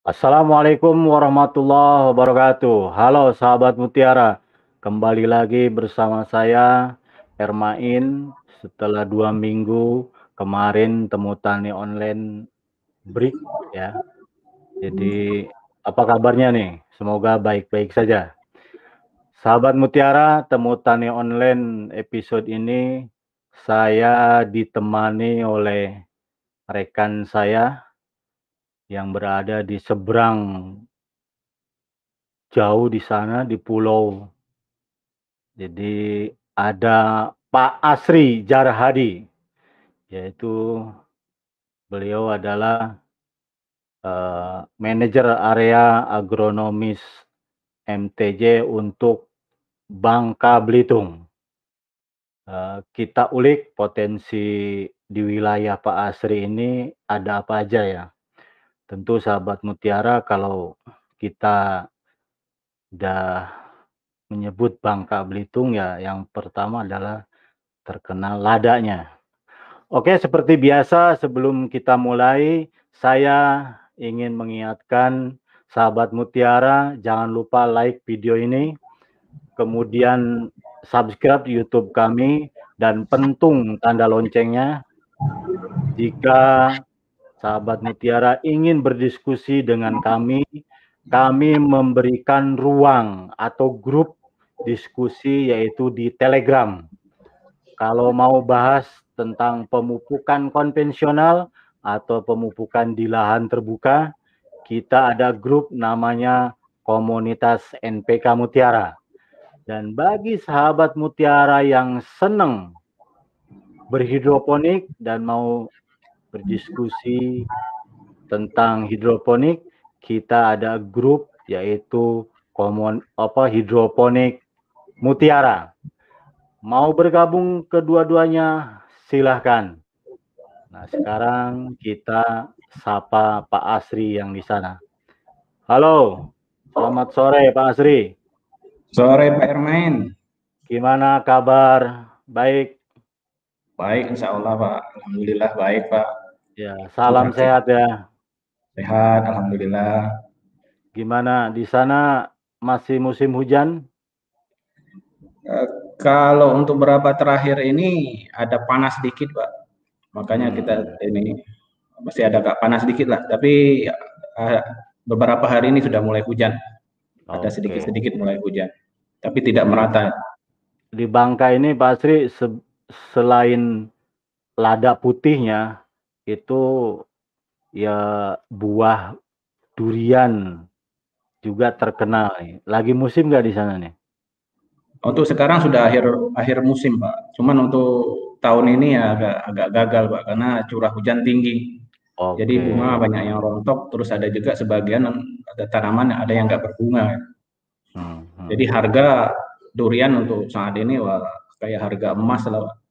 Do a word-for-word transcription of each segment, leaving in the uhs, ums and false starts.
Assalamualaikum warahmatullahi wabarakatuh. Halo sahabat Mutiara, kembali lagi bersama saya Hermain setelah dua minggu kemarin Temu Tani Online break ya. Jadi apa kabarnya nih? Semoga baik-baik saja. Sahabat Mutiara, Temu Tani Online episode ini saya ditemani oleh rekan saya yang berada di seberang jauh di sana di pulau. Jadi ada Pak Asri Jarhadi, yaitu beliau adalah uh, manajer area agronomis M T J untuk Bangka Belitung. Uh, kita ulik potensi di wilayah Pak Asri ini ada apa aja ya. Tentu sahabat Mutiara kalau kita udah menyebut Bangka Belitung ya yang pertama adalah terkenal ladanya. Oke, seperti biasa sebelum kita mulai, saya ingin mengingatkan sahabat Mutiara, jangan lupa like video ini, kemudian subscribe YouTube kami, dan pentung tanda loncengnya. Jika sahabat Mutiara ingin berdiskusi dengan kami, kami memberikan ruang atau grup diskusi yaitu di Telegram. Kalau mau bahas tentang pemupukan konvensional atau pemupukan di lahan terbuka, kita ada grup namanya Komunitas N P K Mutiara. Dan bagi sahabat Mutiara yang senang berhidroponik dan mau berdiskusi tentang hidroponik, kita ada grup yaitu komun apa hidroponik Mutiara. Mau bergabung kedua-duanya, silahkan. Nah, sekarang kita sapa Pak Asri yang di sana. Halo, selamat sore Pak Asri. Sore Pak Hermain. Gimana kabar? Baik? Baik, insya Allah Pak. Alhamdulillah baik Pak. Ya, salam sehat ya. Sehat, Alhamdulillah. Gimana di sana masih musim hujan? Eh, kalau untuk beberapa terakhir ini ada panas sedikit Pak. Makanya Hmm. kita ini masih ada agak panas sedikit lah. Tapi eh, beberapa hari ini sudah mulai hujan. Ada Oke. sedikit-sedikit mulai hujan. Tapi tidak merata. Di Bangka ini Pak Asri se selain lada putihnya itu ya buah durian juga terkenal. Lagi musim nggak di sana nih? Untuk sekarang sudah akhir akhir musim Pak. Cuman untuk tahun ini ya agak agak gagal Pak karena curah hujan tinggi. Oke. Jadi bunga banyak yang rontok, terus ada juga sebagian ada tanaman ada yang nggak berbunga. Hmm, hmm. Jadi harga durian untuk saat ini wah kayak harga emas lah Pak.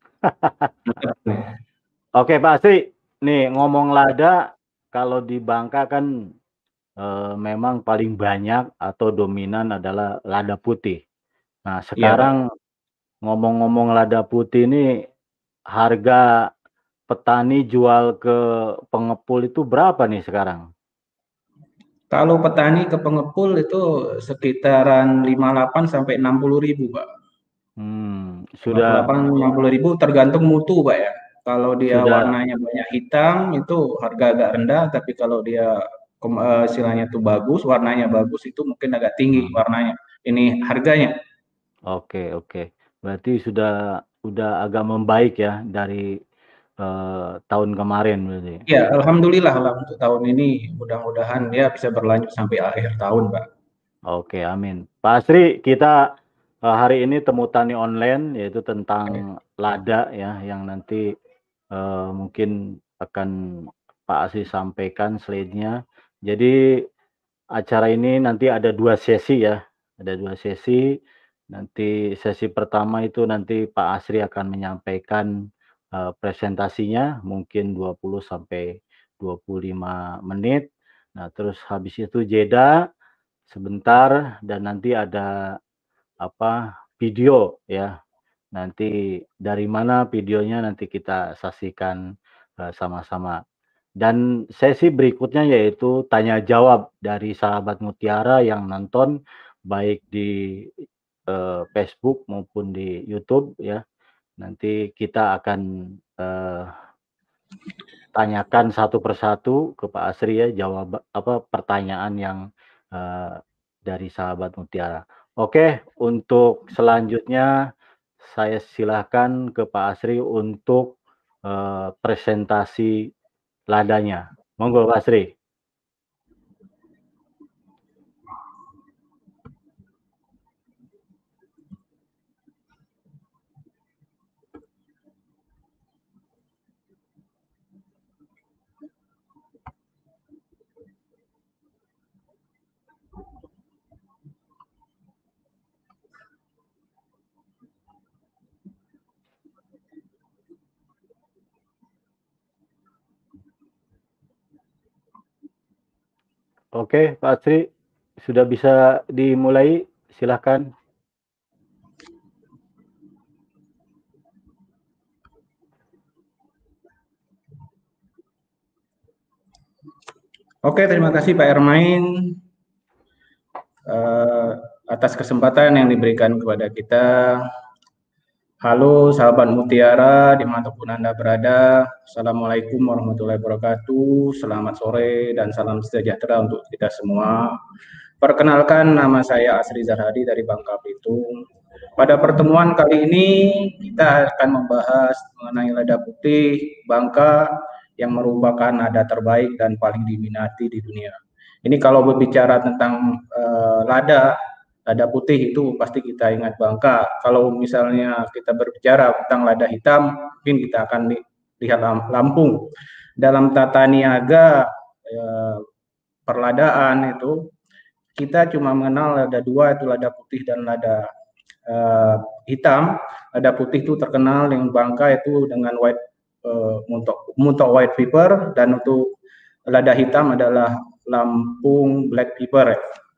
Oke Pak Asri, nih ngomong lada, kalau di Bangka kan eh, memang paling banyak atau dominan adalah lada putih. Nah sekarang ngomong-ngomong lada putih ini, harga petani jual ke pengepul itu berapa nih sekarang? Kalau petani ke pengepul itu sekitaran lima puluh delapan sampai enam puluh ribu Pak. Hmm, Sudah sudah enam puluh ribu tergantung mutu Pak ya. Kalau dia sudah warnanya banyak hitam itu harga agak rendah, tapi kalau dia uh, istilahnya tuh bagus, warnanya bagus itu mungkin agak tinggi hmm. warnanya. Ini harganya. Oke, oke. Berarti sudah udah agak membaik ya dari uh, tahun kemarin berarti. Ya, alhamdulillah lah untuk tahun ini mudah-mudahan dia bisa berlanjut sampai akhir tahun, Pak. Oke, amin. Pak Asri, kita uh, hari ini temu tani online yaitu tentang lada ya yang nanti uh, mungkin akan Pak Asri sampaikan slide-nya. Jadi acara ini nanti ada dua sesi ya, ada dua sesi. Nanti sesi pertama itu nanti Pak Asri akan menyampaikan uh, presentasinya mungkin dua puluh sampai dua puluh lima menit. Nah, terus habis itu jeda sebentar dan nanti ada apa video ya. Nanti dari mana videonya nanti kita saksikan uh, sama-sama. Dan sesi berikutnya yaitu tanya jawab dari sahabat Mutiara yang nonton baik di uh, Facebook maupun di YouTube ya. Nanti kita akan uh, tanyakan satu persatu ke Pak Asri ya jawab apa pertanyaan yang uh, dari sahabat Mutiara. Oke, untuk selanjutnya saya silahkan ke Pak Asri untuk uh, presentasi ladanya. Monggo Pak Asri. Oke, Pak Asri, sudah bisa dimulai, silahkan. Oke, terima kasih Pak Ermain uh, atas kesempatan yang diberikan kepada kita. Halo sahabat Mutiara, dimanapun Anda berada. Assalamualaikum warahmatullahi wabarakatuh. Selamat sore dan salam sejahtera untuk kita semua. Perkenalkan, nama saya Asri Zarhadi dari Bangka Belitung. Pada pertemuan kali ini kita akan membahas mengenai lada putih Bangka yang merupakan lada terbaik dan paling diminati di dunia. Ini kalau berbicara tentang uh, lada, lada putih itu pasti kita ingat Bangka. Kalau misalnya kita berbicara tentang lada hitam, mungkin kita akan lihat Lampung. Dalam tata niaga eh, perladaan itu, kita cuma mengenal ada dua, itu lada putih dan lada uh, hitam. Lada putih itu terkenal dengan Bangka itu dengan white uh, muntok, muntok white pepper, dan untuk lada hitam adalah Lampung black pepper.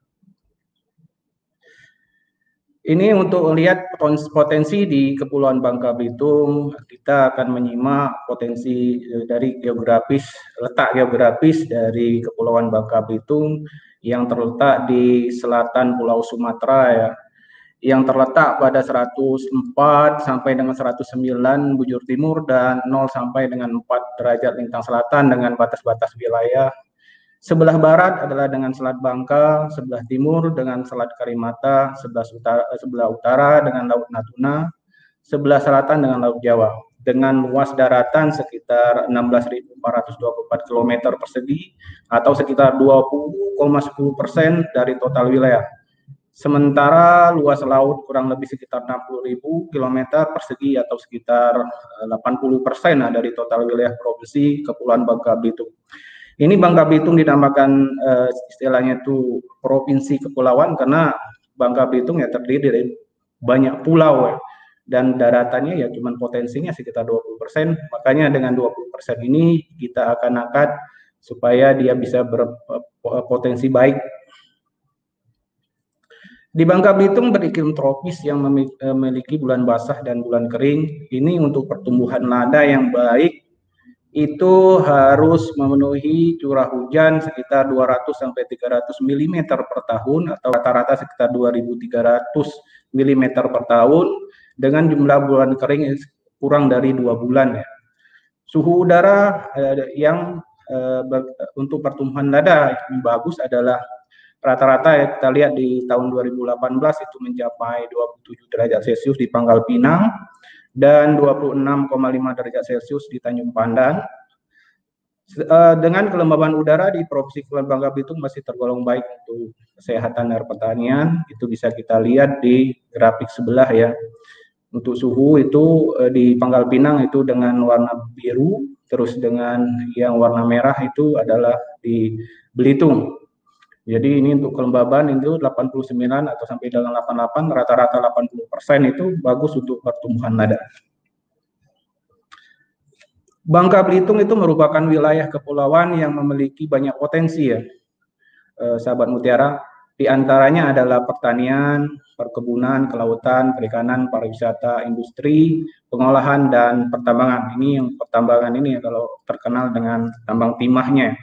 Ini untuk melihat potensi di Kepulauan Bangka Belitung, kita akan menyimak potensi dari geografis, letak geografis dari Kepulauan Bangka Belitung yang terletak di selatan Pulau Sumatera ya, yang terletak pada seratus empat sampai dengan seratus sembilan bujur timur dan nol sampai dengan empat derajat lintang selatan dengan batas-batas wilayah. Sebelah barat adalah dengan Selat Bangka, sebelah timur dengan Selat Karimata, sebelah utara, sebelah utara dengan Laut Natuna, sebelah selatan dengan Laut Jawa, dengan luas daratan sekitar enam belas ribu empat ratus dua puluh empat kilometer persegi atau sekitar dua puluh koma satu persen dari total wilayah. Sementara luas laut kurang lebih sekitar enam puluh ribu kilometer persegi atau sekitar delapan puluh persen dari total wilayah provinsi Kepulauan Bangka Belitung. Ini Bangka Belitung dinamakan uh, istilahnya itu provinsi kepulauan karena Bangka Belitung ya terdiri dari banyak pulau ya, dan daratannya ya cuma potensinya sekitar dua puluh persen. Makanya dengan dua puluh persen ini kita akan angkat supaya dia bisa berpotensi baik. Di Bangka Belitung beriklim tropis yang memiliki bulan basah dan bulan kering. Ini untuk pertumbuhan lada yang baik itu harus memenuhi curah hujan sekitar dua ratus sampai tiga ratus milimeter per tahun atau rata-rata sekitar dua ribu tiga ratus milimeter per tahun dengan jumlah bulan kering kurang dari dua bulan ya. Suhu udara eh, yang eh, untuk pertumbuhan lada yang bagus adalah rata-rata ya, kita lihat di tahun dua ribu delapan belas itu mencapai dua puluh tujuh derajat Celcius di Pangkal Pinang dan dua puluh enam koma lima derajat Celcius di Tanjung Pandan. Dengan kelembaban udara di Provinsi Kepulauan Bangka Belitung masih tergolong baik untuk kesehatan dan pertanian. Itu bisa kita lihat di grafik sebelah ya. Untuk suhu itu di Pangkal Pinang itu dengan warna biru, terus dengan yang warna merah itu adalah di Belitung. Jadi ini untuk kelembaban itu delapan puluh sembilan atau sampai dengan delapan puluh delapan, rata-rata delapan puluh persen itu bagus untuk pertumbuhan lada. Bangka Belitung itu merupakan wilayah kepulauan yang memiliki banyak potensi ya, eh, sahabat Mutiara. Di antaranya adalah pertanian, perkebunan, kelautan, perikanan, pariwisata, industri, pengolahan, dan pertambangan. Ini yang pertambangan ini kalau terkenal dengan tambang timahnya.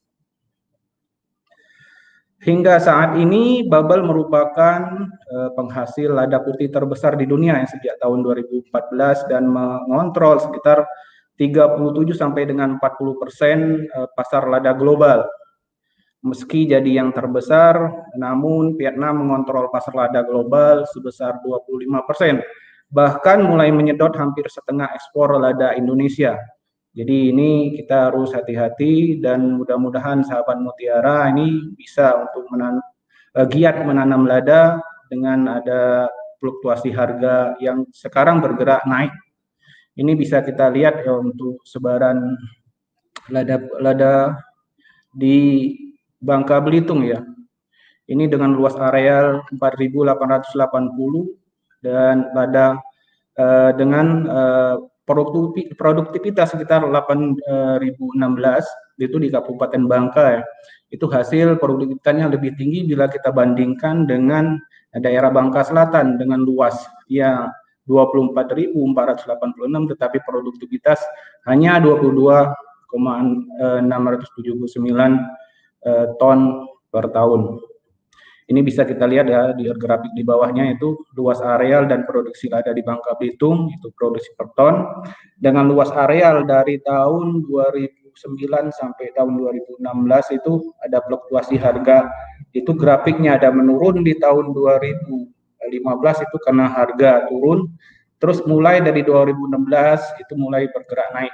Hingga saat ini, Babel merupakan uh, penghasil lada putih terbesar di dunia yang sejak tahun dua ribu empat belas dan mengontrol sekitar tiga puluh tujuh sampai dengan empat puluh persen uh, pasar lada global. Meski jadi yang terbesar, namun Vietnam mengontrol pasar lada global sebesar dua puluh lima persen, bahkan mulai menyedot hampir setengah ekspor lada Indonesia. Jadi ini kita harus hati-hati dan mudah-mudahan sahabat Mutiara ini bisa untuk menanam, giat menanam lada dengan ada fluktuasi harga yang sekarang bergerak naik. Ini bisa kita lihat ya untuk sebaran lada lada di Bangka Belitung ya. Ini dengan luas areal empat ribu delapan ratus delapan puluh dan lada uh, dengan uh, produktivitas sekitar delapan ribu enam belas itu di Kabupaten Bangka ya. Itu hasil produktivitasnya lebih tinggi bila kita bandingkan dengan daerah Bangka Selatan dengan luas yang dua puluh empat ribu empat ratus delapan puluh enam tetapi produktivitas hanya dua puluh dua ribu enam ratus tujuh puluh sembilan uh, ton per tahun. Ini bisa kita lihat ya di grafik di bawahnya itu luas areal dan produksi lada di Bangka Belitung itu produksi per ton dengan luas areal dari tahun dua ribu sembilan sampai tahun dua ribu enam belas itu ada fluktuasi harga itu grafiknya ada menurun di tahun dua ribu lima belas itu karena harga turun terus mulai dari dua ribu enam belas itu mulai bergerak naik.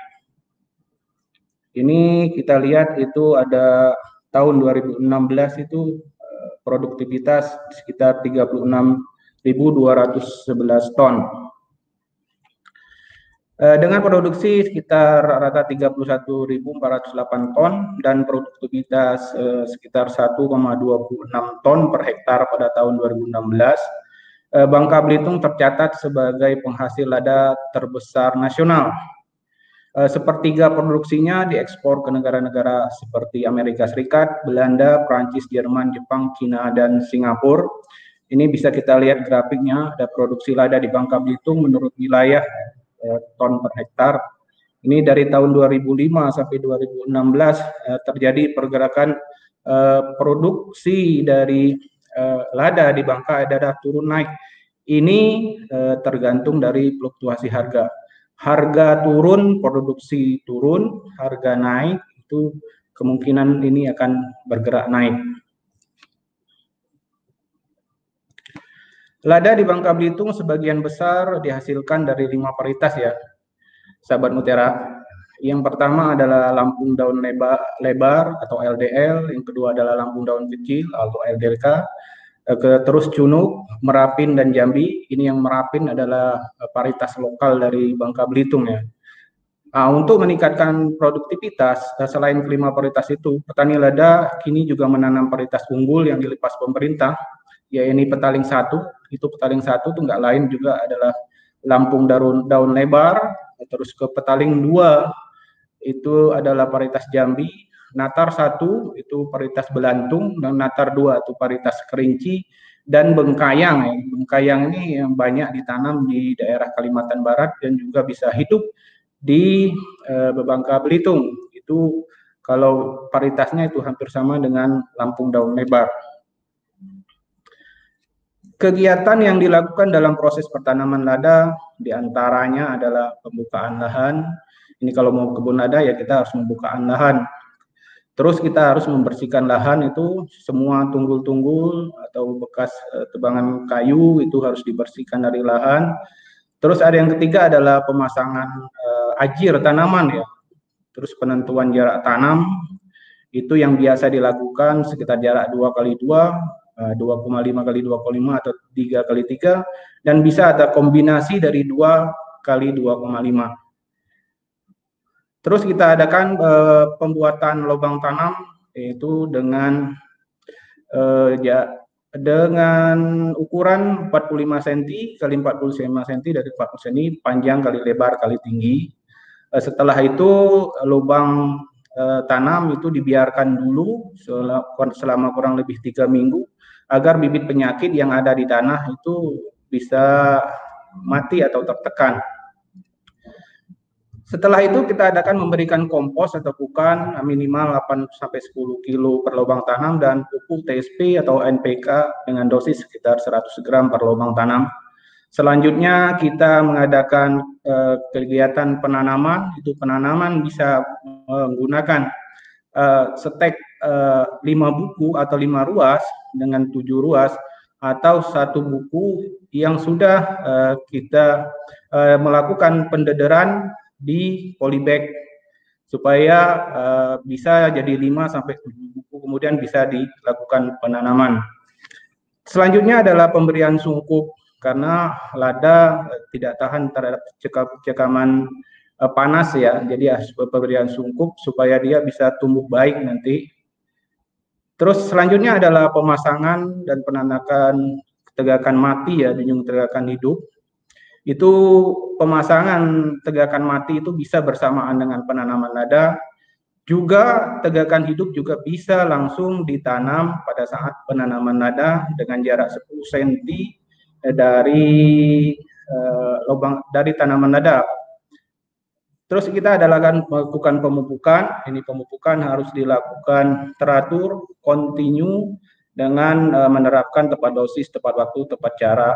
Ini kita lihat itu ada tahun dua ribu enam belas itu produktivitas sekitar tiga puluh enam ribu dua ratus sebelas ton. Dengan produksi sekitar rata tiga puluh satu ribu empat ratus delapan ton dan produktivitas sekitar satu koma dua puluh enam ton per hektar pada tahun dua ribu enam belas, Bangka Belitung tercatat sebagai penghasil lada terbesar nasional. Sepertiga produksinya diekspor ke negara-negara seperti Amerika Serikat, Belanda, Prancis, Jerman, Jepang, Cina, dan Singapura. Ini bisa kita lihat grafiknya, ada produksi lada di Bangka Belitung menurut wilayah eh, ton per hektar. Ini dari tahun dua ribu lima sampai dua ribu enam belas eh, terjadi pergerakan eh, produksi dari eh, lada di Bangka ada turun naik. Ini eh, tergantung dari fluktuasi harga. Harga turun, produksi turun, harga naik, itu kemungkinan ini akan bergerak naik. Lada di Bangka Belitung sebagian besar dihasilkan dari lima varietas ya, sahabat Mutiara. Yang pertama adalah lampung daun lebar, lebar atau L D L, yang kedua adalah lampung daun kecil atau L D L K, terus Cunuk, Merapin, dan Jambi. Ini yang Merapin adalah varietas lokal dari Bangka Belitung ya. Nah, untuk meningkatkan produktivitas, selain kelima varietas itu, petani lada kini juga menanam varietas unggul yang dilepas pemerintah, yaitu petaling satu. Itu petaling satu itu nggak lain juga adalah lampung daun, daun lebar, terus ke petaling dua itu adalah varietas Jambi, Natar satu itu varietas Belantung, dan Natar dua itu varietas Kerinci, dan Bengkayang. Ya. Bengkayang ini yang banyak ditanam di daerah Kalimantan Barat dan juga bisa hidup di eh, Bangka Belitung. Itu kalau varietasnya itu hampir sama dengan lampung daun lebar. Kegiatan yang dilakukan dalam proses pertanaman lada diantaranya adalah pembukaan lahan. Ini kalau mau kebun lada ya kita harus membukaan lahan. Terus kita harus membersihkan lahan itu semua tunggul-tunggul atau bekas e, tebangan kayu itu harus dibersihkan dari lahan. Terus ada yang ketiga adalah pemasangan e, ajir tanaman ya. Terus penentuan jarak tanam itu yang biasa dilakukan sekitar jarak dua kali dua, dua koma lima kali dua koma lima atau tiga kali tiga, dan bisa ada kombinasi dari dua kali dua koma lima. Terus kita adakan e, pembuatan lubang tanam yaitu dengan e, ya, dengan ukuran empat puluh lima sentimeter kali empat puluh lima sentimeter dari empat puluh sentimeter, panjang kali lebar kali tinggi. E, setelah itu lubang eh, tanam itu dibiarkan dulu selama kurang lebih tiga minggu agar bibit penyakit yang ada di tanah itu bisa mati atau tertekan. Setelah itu kita akan memberikan kompos atau pukan minimal delapan sampai sepuluh kilo per lubang tanam dan pupuk T S P atau N P K dengan dosis sekitar seratus gram per lubang tanam. Selanjutnya kita mengadakan eh, kegiatan penanaman. Itu penanaman bisa menggunakan eh, stek eh, lima buku atau lima ruas dengan tujuh ruas atau satu buku yang sudah eh, kita eh, melakukan pendederan di polybag supaya uh, bisa jadi lima sampai tujuh buku, kemudian bisa dilakukan penanaman. Selanjutnya adalah pemberian sungkup karena lada tidak tahan terhadap cekaman uh, panas ya. Jadi ya, pemberian sungkup supaya dia bisa tumbuh baik nanti. Terus selanjutnya adalah pemasangan dan penanakan tegakan mati ya, junjung tegakan hidup. Itu pemasangan tegakan mati itu bisa bersamaan dengan penanaman lada. Juga tegakan hidup juga bisa langsung ditanam pada saat penanaman lada dengan jarak sepuluh sentimeter dari eh, lubang dari tanaman lada. Terus kita adalah kan melakukan pemupukan. Ini pemupukan harus dilakukan teratur, kontinu dengan eh, menerapkan tepat dosis, tepat waktu, tepat cara.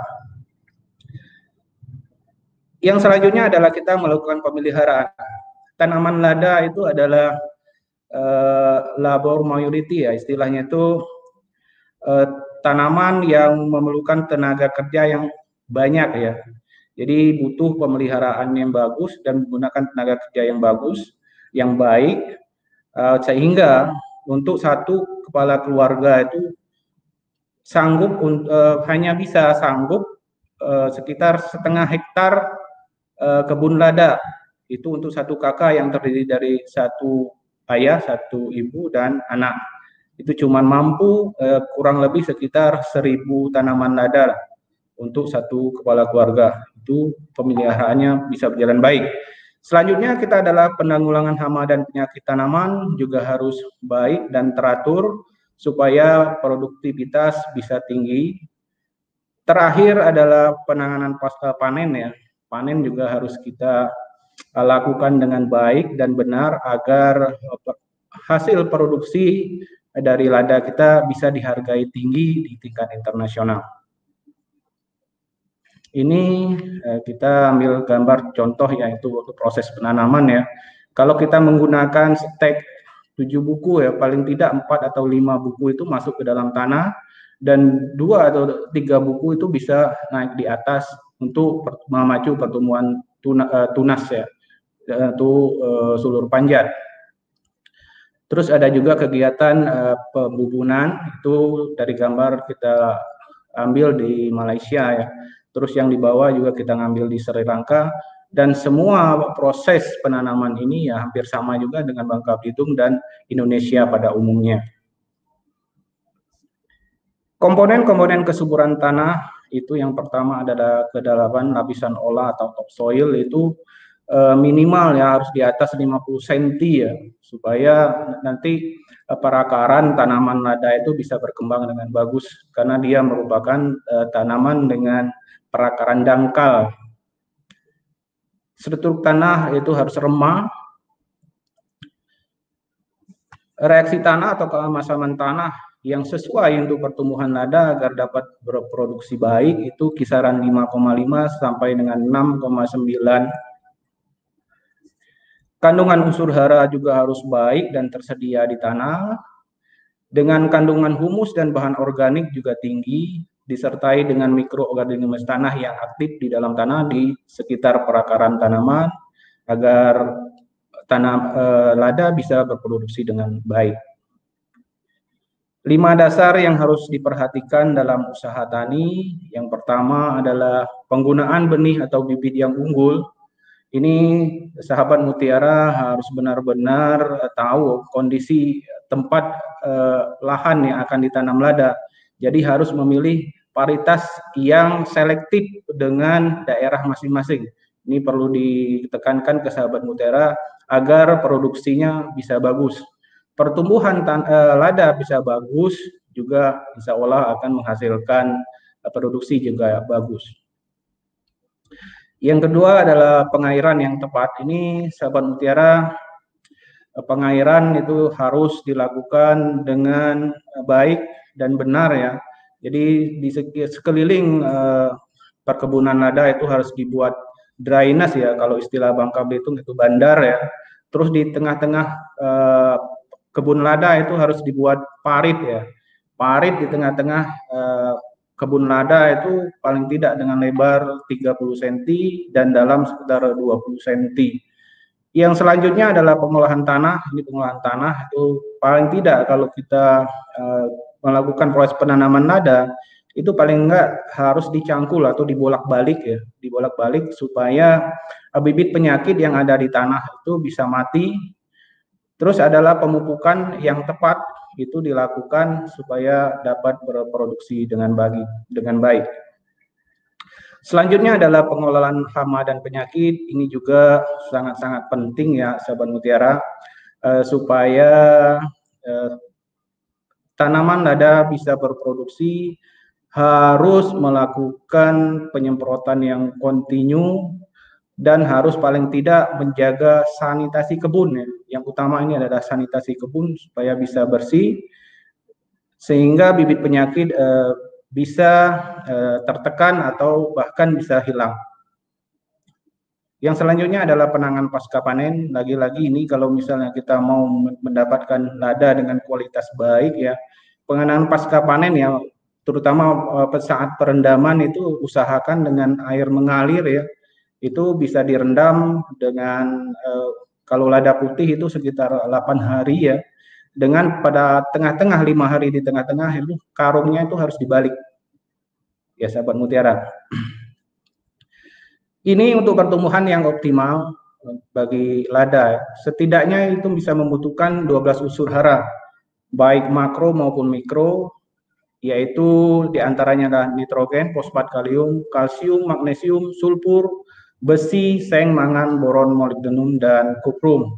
Yang selanjutnya adalah kita melakukan pemeliharaan. Tanaman lada itu adalah uh, labor mayority ya, istilahnya itu uh, tanaman yang memerlukan tenaga kerja yang banyak ya. Jadi butuh pemeliharaan yang bagus dan menggunakan tenaga kerja yang bagus, yang baik, uh, sehingga untuk satu kepala keluarga itu sanggup uh, hanya bisa sanggup uh, sekitar setengah hektar kebun lada itu untuk satu kakak yang terdiri dari satu ayah, satu ibu dan anak. Itu cuma mampu eh, kurang lebih sekitar seribu tanaman lada untuk satu kepala keluarga. Itu pemeliharaannya bisa berjalan baik. Selanjutnya kita adalah penanggulangan hama dan penyakit tanaman juga harus baik dan teratur supaya produktivitas bisa tinggi. Terakhir adalah penanganan pasca panen ya. Panen juga harus kita lakukan dengan baik dan benar agar hasil produksi dari lada kita bisa dihargai tinggi di tingkat internasional. Ini kita ambil gambar contoh yaitu waktu proses penanaman ya. Kalau kita menggunakan stek tujuh buku ya, paling tidak empat atau lima buku itu masuk ke dalam tanah dan dua atau tiga buku itu bisa naik di atas untuk memacu pertumbuhan tuna, uh, tunas ya, itu uh, sulur panjat. Terus ada juga kegiatan uh, pembubunan, itu dari gambar kita ambil di Malaysia ya. Terus yang di bawah juga kita ngambil di Sri Lanka, dan semua proses penanaman ini ya hampir sama juga dengan Bangka Belitung dan Indonesia pada umumnya. Komponen-komponen kesuburan tanah itu yang pertama adalah kedalaman lapisan olah atau topsoil itu eh, minimal ya harus di atas lima puluh sentimeter ya supaya nanti eh, perakaran tanaman lada itu bisa berkembang dengan bagus karena dia merupakan eh, tanaman dengan perakaran dangkal. Struktur tanah itu harus remah. Reaksi tanah atau keemasaman tanah yang sesuai untuk pertumbuhan lada agar dapat berproduksi baik itu kisaran lima koma lima sampai dengan enam koma sembilan. Kandungan unsur hara juga harus baik dan tersedia di tanah. Dengan kandungan humus dan bahan organik juga tinggi, disertai dengan mikroorganisme tanah yang aktif di dalam tanah di sekitar perakaran tanaman agar tanam eh, lada bisa berproduksi dengan baik. Lima dasar yang harus diperhatikan dalam usaha tani. Yang pertama adalah penggunaan benih atau bibit yang unggul. Ini sahabat mutiara harus benar-benar tahu kondisi tempat eh, lahan yang akan ditanam lada. Jadi harus memilih paritas yang selektif dengan daerah masing-masing. Ini perlu ditekankan ke sahabat mutiara agar produksinya bisa bagus. Pertumbuhan tan eh, lada bisa bagus, juga insya Allah akan menghasilkan eh, produksi juga bagus. Yang kedua adalah pengairan yang tepat. Ini sahabat Mutiara, pengairan itu harus dilakukan dengan baik dan benar ya. Jadi di sekeliling eh, perkebunan lada itu harus dibuat drainase ya, kalau istilah Bangka Belitung itu bandar ya. Terus di tengah-tengah eh, kebun lada itu harus dibuat parit ya. Parit di tengah-tengah eh, kebun lada itu paling tidak dengan lebar tiga puluh sentimeter dan dalam sekitar dua puluh sentimeter. Yang selanjutnya adalah pengolahan tanah. Ini pengolahan tanah itu paling tidak kalau kita uh, melakukan proses penanaman lada itu paling enggak harus dicangkul atau dibolak-balik ya, dibolak-balik supaya uh, bibit penyakit yang ada di tanah itu bisa mati. Terus adalah pemupukan yang tepat itu dilakukan supaya dapat berproduksi dengan baik, dengan baik. Selanjutnya adalah pengelolaan hama dan penyakit. Ini juga sangat-sangat penting ya sahabat Mutiara, eh, supaya eh, tanaman lada bisa berproduksi, harus melakukan penyemprotan yang kontinu dan harus paling tidak menjaga sanitasi kebun ya. Yang utama ini adalah sanitasi kebun supaya bisa bersih sehingga bibit penyakit eh, bisa eh, tertekan atau bahkan bisa hilang. Yang selanjutnya adalah penanganan pasca panen. Lagi-lagi ini kalau misalnya kita mau mendapatkan lada dengan kualitas baik ya, penanganan pasca panen ya, terutama eh, saat perendaman itu usahakan dengan air mengalir ya. Itu bisa direndam dengan eh, kalau lada putih itu sekitar delapan hari ya. Dengan pada tengah-tengah lima hari di tengah-tengah itu karungnya itu harus dibalik ya sahabat Mutiara. Ini untuk pertumbuhan yang optimal bagi lada. Setidaknya itu bisa membutuhkan dua belas unsur hara baik makro maupun mikro, yaitu diantaranya adalah nitrogen, fosfat, kalium, kalsium, magnesium, sulfur, besi, seng, mangan, boron, molibdenum, dan kuprum.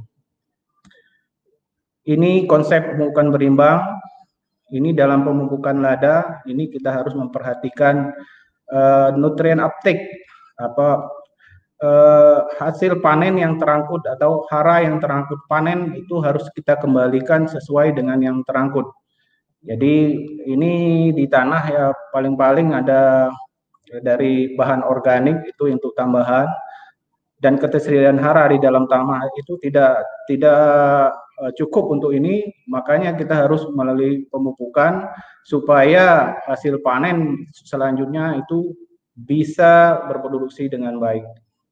Ini konsep pemupukan berimbang. Ini dalam pemupukan lada, ini kita harus memperhatikan uh, nutrien uptake, apa uh, hasil panen yang terangkut atau hara yang terangkut panen itu harus kita kembalikan sesuai dengan yang terangkut. Jadi ini di tanah ya paling-paling ada dari bahan organik itu untuk tambahan, dan ketersediaan hara di dalam tanah itu tidak tidak cukup untuk ini, makanya kita harus melalui pemupukan supaya hasil panen selanjutnya itu bisa berproduksi dengan baik.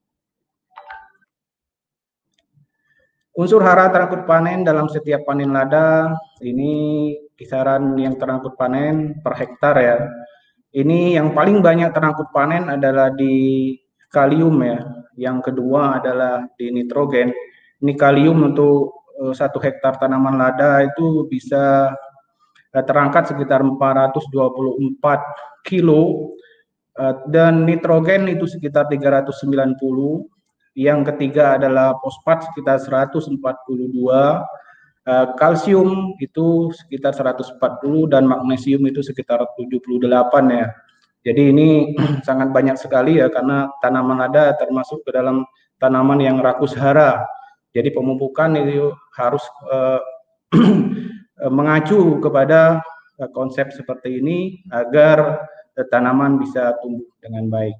Unsur hara terangkut panen dalam setiap panen lada, ini kisaran yang terangkut panen per hektar ya. Ini yang paling banyak terangkut panen adalah di kalium ya. Yang kedua adalah di nitrogen. Ini kalium untuk satu hektar tanaman lada itu bisa terangkat sekitar empat ratus dua puluh empat kilo, dan nitrogen itu sekitar tiga ratus sembilan puluh. Yang ketiga adalah fosfat sekitar seratus empat puluh dua, kalsium itu sekitar seratus empat puluh, dan magnesium itu sekitar tujuh puluh delapan ya. Jadi ini sangat banyak sekali ya, karena tanaman lada termasuk ke dalam tanaman yang rakus hara. Jadi pemupukan itu harus eh, mengacu kepada eh, konsep seperti ini agar eh, tanaman bisa tumbuh dengan baik.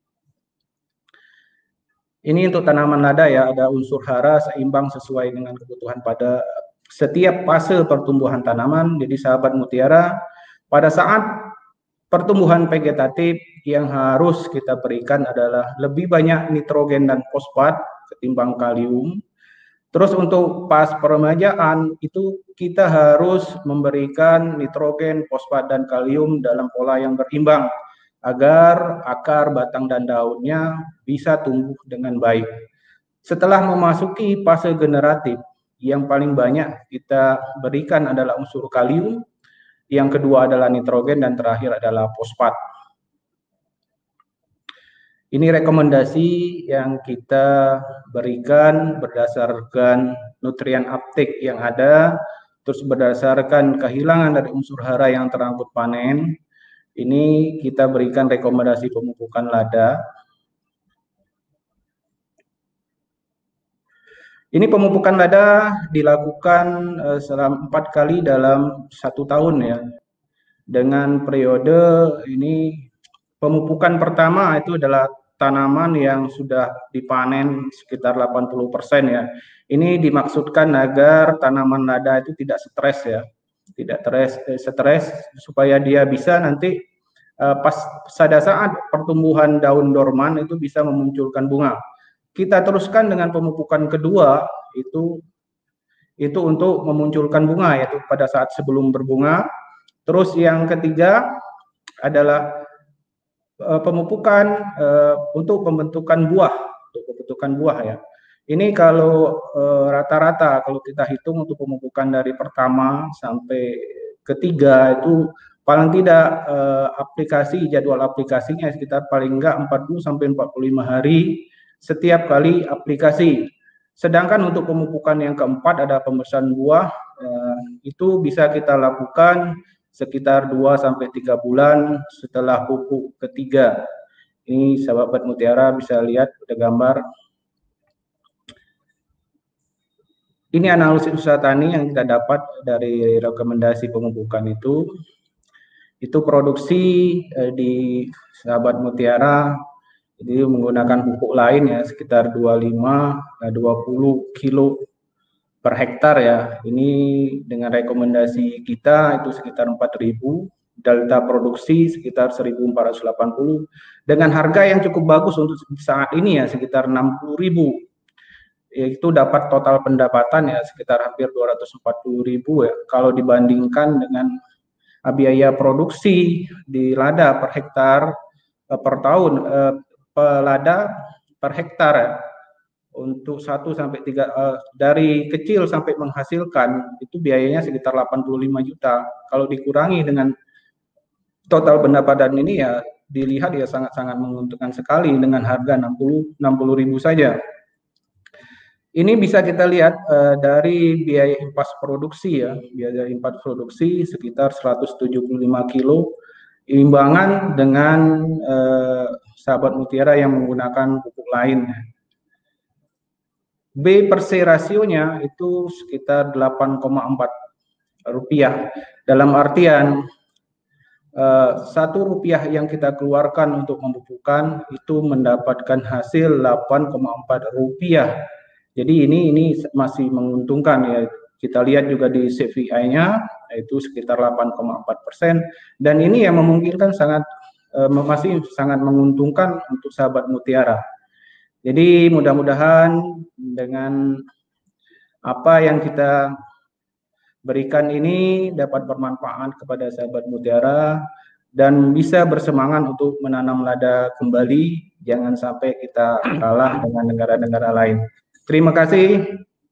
Ini untuk tanaman lada ya, ada unsur hara seimbang sesuai dengan kebutuhan pada setiap fase pertumbuhan tanaman. Jadi sahabat Mutiara, pada saat pertumbuhan vegetatif yang harus kita berikan adalah lebih banyak nitrogen dan fosfat ketimbang kalium. Terus untuk pas peremajaan itu kita harus memberikan nitrogen, fosfat, dan kalium dalam pola yang berimbang agar akar, batang, dan daunnya bisa tumbuh dengan baik. Setelah memasuki fase generatif, yang paling banyak kita berikan adalah unsur kalium, yang kedua adalah nitrogen, dan terakhir adalah fosfat. Ini rekomendasi yang kita berikan berdasarkan nutrien uptake yang ada, terus berdasarkan kehilangan dari unsur hara yang terangkut panen. Ini kita berikan rekomendasi pemupukan lada. Ini pemupukan lada dilakukan uh, selama empat kali dalam satu tahun ya. Dengan periode ini pemupukan pertama itu adalah tanaman yang sudah dipanen sekitar delapan puluh persen ya. Ini dimaksudkan agar tanaman lada itu tidak stres ya. Tidak stres, eh, stres supaya dia bisa nanti uh, pas pada saat pertumbuhan daun dorman itu bisa memunculkan bunga. Kita teruskan dengan pemupukan kedua itu itu untuk memunculkan bunga yaitu pada saat sebelum berbunga. Terus yang ketiga adalah uh, pemupukan uh, untuk pembentukan buah, untuk pembentukan buah ya. Ini kalau rata-rata uh, kalau kita hitung untuk pemupukan dari pertama sampai ketiga itu paling tidak uh, aplikasi jadwal aplikasinya sekitar paling enggak empat puluh sampai empat puluh lima hari setiap kali aplikasi. Sedangkan untuk pemupukan yang keempat ada pembersihan buah, eh, itu bisa kita lakukan sekitar dua sampai tiga bulan setelah pupuk ketiga. Ini sahabat mutiara bisa lihat ada gambar. Ini analisis usaha tani yang kita dapat dari rekomendasi pemupukan itu. Itu produksi eh, di sahabat mutiara. Jadi menggunakan pupuk lain ya sekitar dua puluh lima sampai dua puluh kilo per hektar ya. Ini dengan rekomendasi kita itu sekitar empat ribu, delta produksi sekitar seribu empat ratus delapan puluh dengan harga yang cukup bagus untuk saat ini ya sekitar enam puluh ribu. Itu dapat total pendapatan ya sekitar hampir dua ratus empat puluh ribu ya. Kalau dibandingkan dengan biaya produksi di lada per hektar per tahun eh, lada per hektar ya, untuk satu sampai tiga uh, dari kecil sampai menghasilkan itu biayanya sekitar delapan puluh lima juta. Kalau dikurangi dengan total pendapatan ini ya dilihat ya sangat-sangat menguntungkan sekali dengan harga enam puluh ribu saja. Ini bisa kita lihat uh, dari biaya impas produksi ya, biaya impas produksi sekitar seratus tujuh puluh lima kilo imbangan dengan eh, sahabat mutiara yang menggunakan pupuk lain. B per C rasionya itu sekitar delapan koma empat rupiah. Dalam artian eh, satu rupiah yang kita keluarkan untuk memupukkan itu mendapatkan hasil delapan koma empat rupiah. Jadi ini ini masih menguntungkan ya. Kita lihat juga di C V I-nya itu sekitar delapan koma empat persen dan ini yang memungkinkan sangat eh, masih sangat menguntungkan untuk sahabat mutiara. Jadi mudah-mudahan dengan apa yang kita berikan ini dapat bermanfaat kepada sahabat mutiara dan bisa bersemangat untuk menanam lada kembali. Jangan sampai kita kalah dengan negara-negara lain. Terima kasih.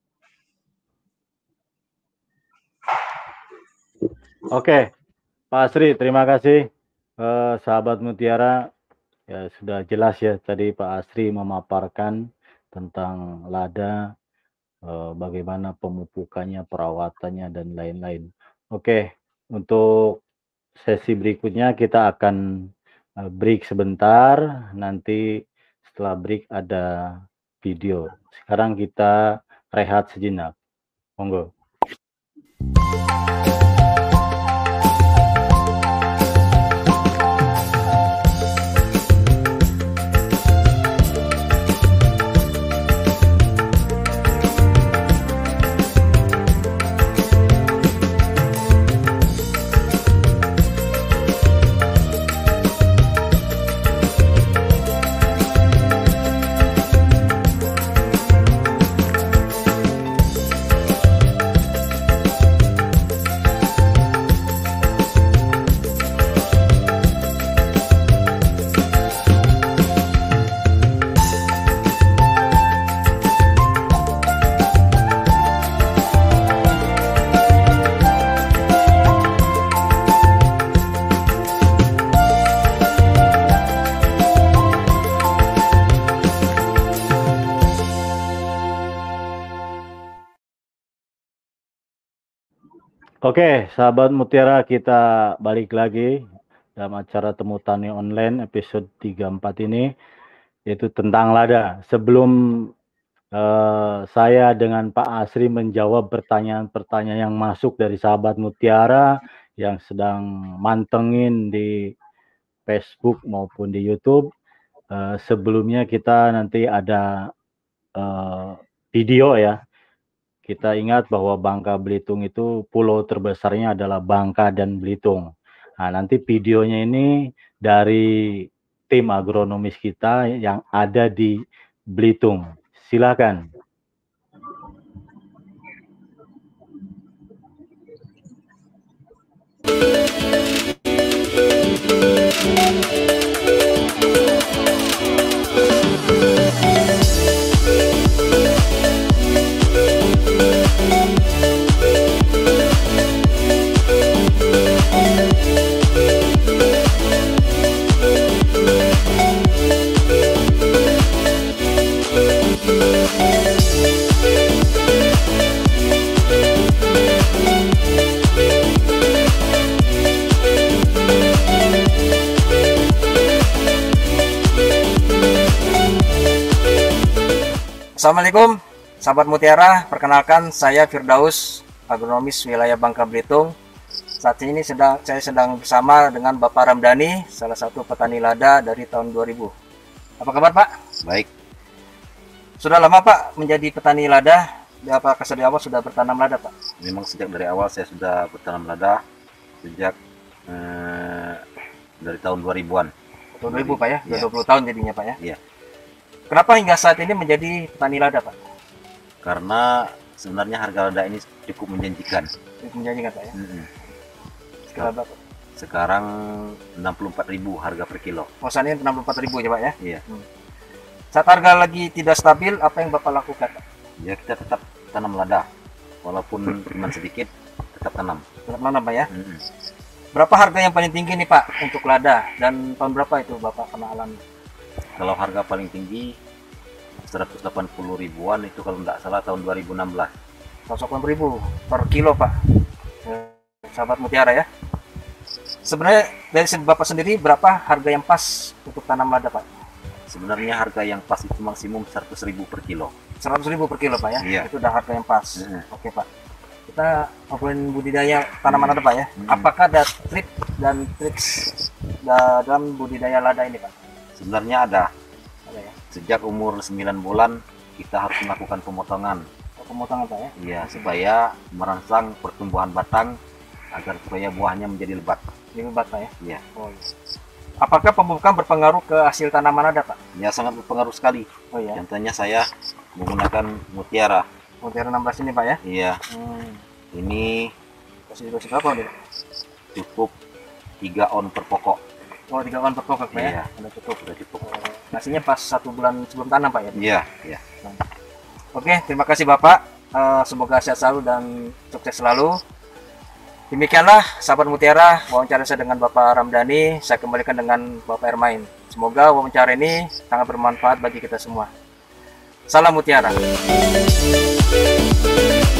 Oke, Pak Asri, terima kasih. Eh, sahabat mutiara, ya sudah jelas ya tadi Pak Asri memaparkan tentang lada, eh, bagaimana pemupukannya, perawatannya, dan lain-lain. Oke, untuk sesi berikutnya kita akan eh, break sebentar. Nanti setelah break ada video. Sekarang kita rehat sejenak. Monggo. Oke, sahabat Mutiara, kita balik lagi dalam acara Temu Tani Online episode tiga puluh empat ini, yaitu tentang lada. Sebelum uh, saya dengan Pak Asri menjawab pertanyaan-pertanyaan yang masuk dari sahabat Mutiara yang sedang mantengin di Facebook maupun di YouTube, uh, sebelumnya kita nanti ada uh, video ya. Kita ingat bahwa Bangka Belitung itu pulau terbesarnya adalah Bangka dan Belitung. Nah, nanti videonya ini dari tim agronomis kita yang ada di Belitung. Silakan. Assalamualaikum sahabat Mutiara, perkenalkan saya Firdaus, agronomis wilayah Bangka Belitung. Saat ini sedang saya sedang bersama dengan Bapak Ramdhani, salah satu petani lada dari tahun dua ribu. Apa kabar Pak? Baik. Sudah lama Pak menjadi petani lada? Apakah dari awal sudah bertanam lada Pak? Memang sejak dari awal saya sudah bertanam lada sejak eh, dari tahun dua ribuan. Tahun dua ribu Pak ya? Sudah Ya. dua puluh tahun jadinya Pak ya? Iya. Kenapa hingga saat ini menjadi petani lada Pak? Karena sebenarnya harga lada ini cukup menjanjikan. Menjanjikan Pak ya? Mm-mm. Sekarang berapa? Sekarang enam puluh empat ribu harga per kilo. Pesannya enam puluh empat ribu ya Pak ya? Iya. Hmm. Saat harga lagi tidak stabil, apa yang Bapak lakukan Pak? Ya kita tetap tanam lada, walaupun cuma sedikit tetap tanam. Tetap nanam Pak ya? Mm-mm. Berapa harga yang paling tinggi nih Pak untuk lada, dan tahun berapa itu Bapak pernah alami? Kalau harga paling tinggi seratus delapan puluh ribuan itu kalau tidak salah tahun dua ribu enam belas. seratus delapan puluh ribu per kilo Pak. Eh, sahabat Mutiara ya. Sebenarnya dari segi Bapak sendiri berapa harga yang pas untuk tanam lada Pak? Sebenarnya harga yang pas itu maksimum seratus ribu per kilo. seratus ribu per kilo Pak ya? Iya. Itu udah harga yang pas. Mm-hmm. Oke Pak. Kita ngobrolin budidaya tanaman lada Pak ya. Mm-hmm. Apakah ada trik dan triks dalam budidaya lada ini Pak? Sebenarnya ada. Ada ya? Sejak umur sembilan bulan kita harus melakukan pemotongan. Oh, pemotongan Pak ya? Iya, supaya merangsang pertumbuhan batang agar supaya buahnya menjadi lebat. Lebih lebat Pak ya? Iya. Oh, iya. Apakah pemupukan berpengaruh ke hasil tanaman lada Pak? Ya sangat berpengaruh sekali. Oh iya. Contohnya saya menggunakan Mutiara. Mutiara enam belas ini Pak ya? Iya, Hmm. ini Dosis dosis berapa udah? cukup tiga on per pokok. Oh, tiga on per pokok Pak ya? Iya. Udah cukup. Sudah cukup. Oh, ngasihnya pas satu bulan sebelum tanam Pak ya? Iya, iya. Oke, terima kasih Bapak. Eh, semoga sehat selalu dan sukses selalu. Demikianlah sahabat Mutiara, wawancara saya dengan Bapak Ramdhani. Saya kembalikan dengan Bapak Ermain. Semoga wawancara ini sangat bermanfaat bagi kita semua. Salam Mutiara.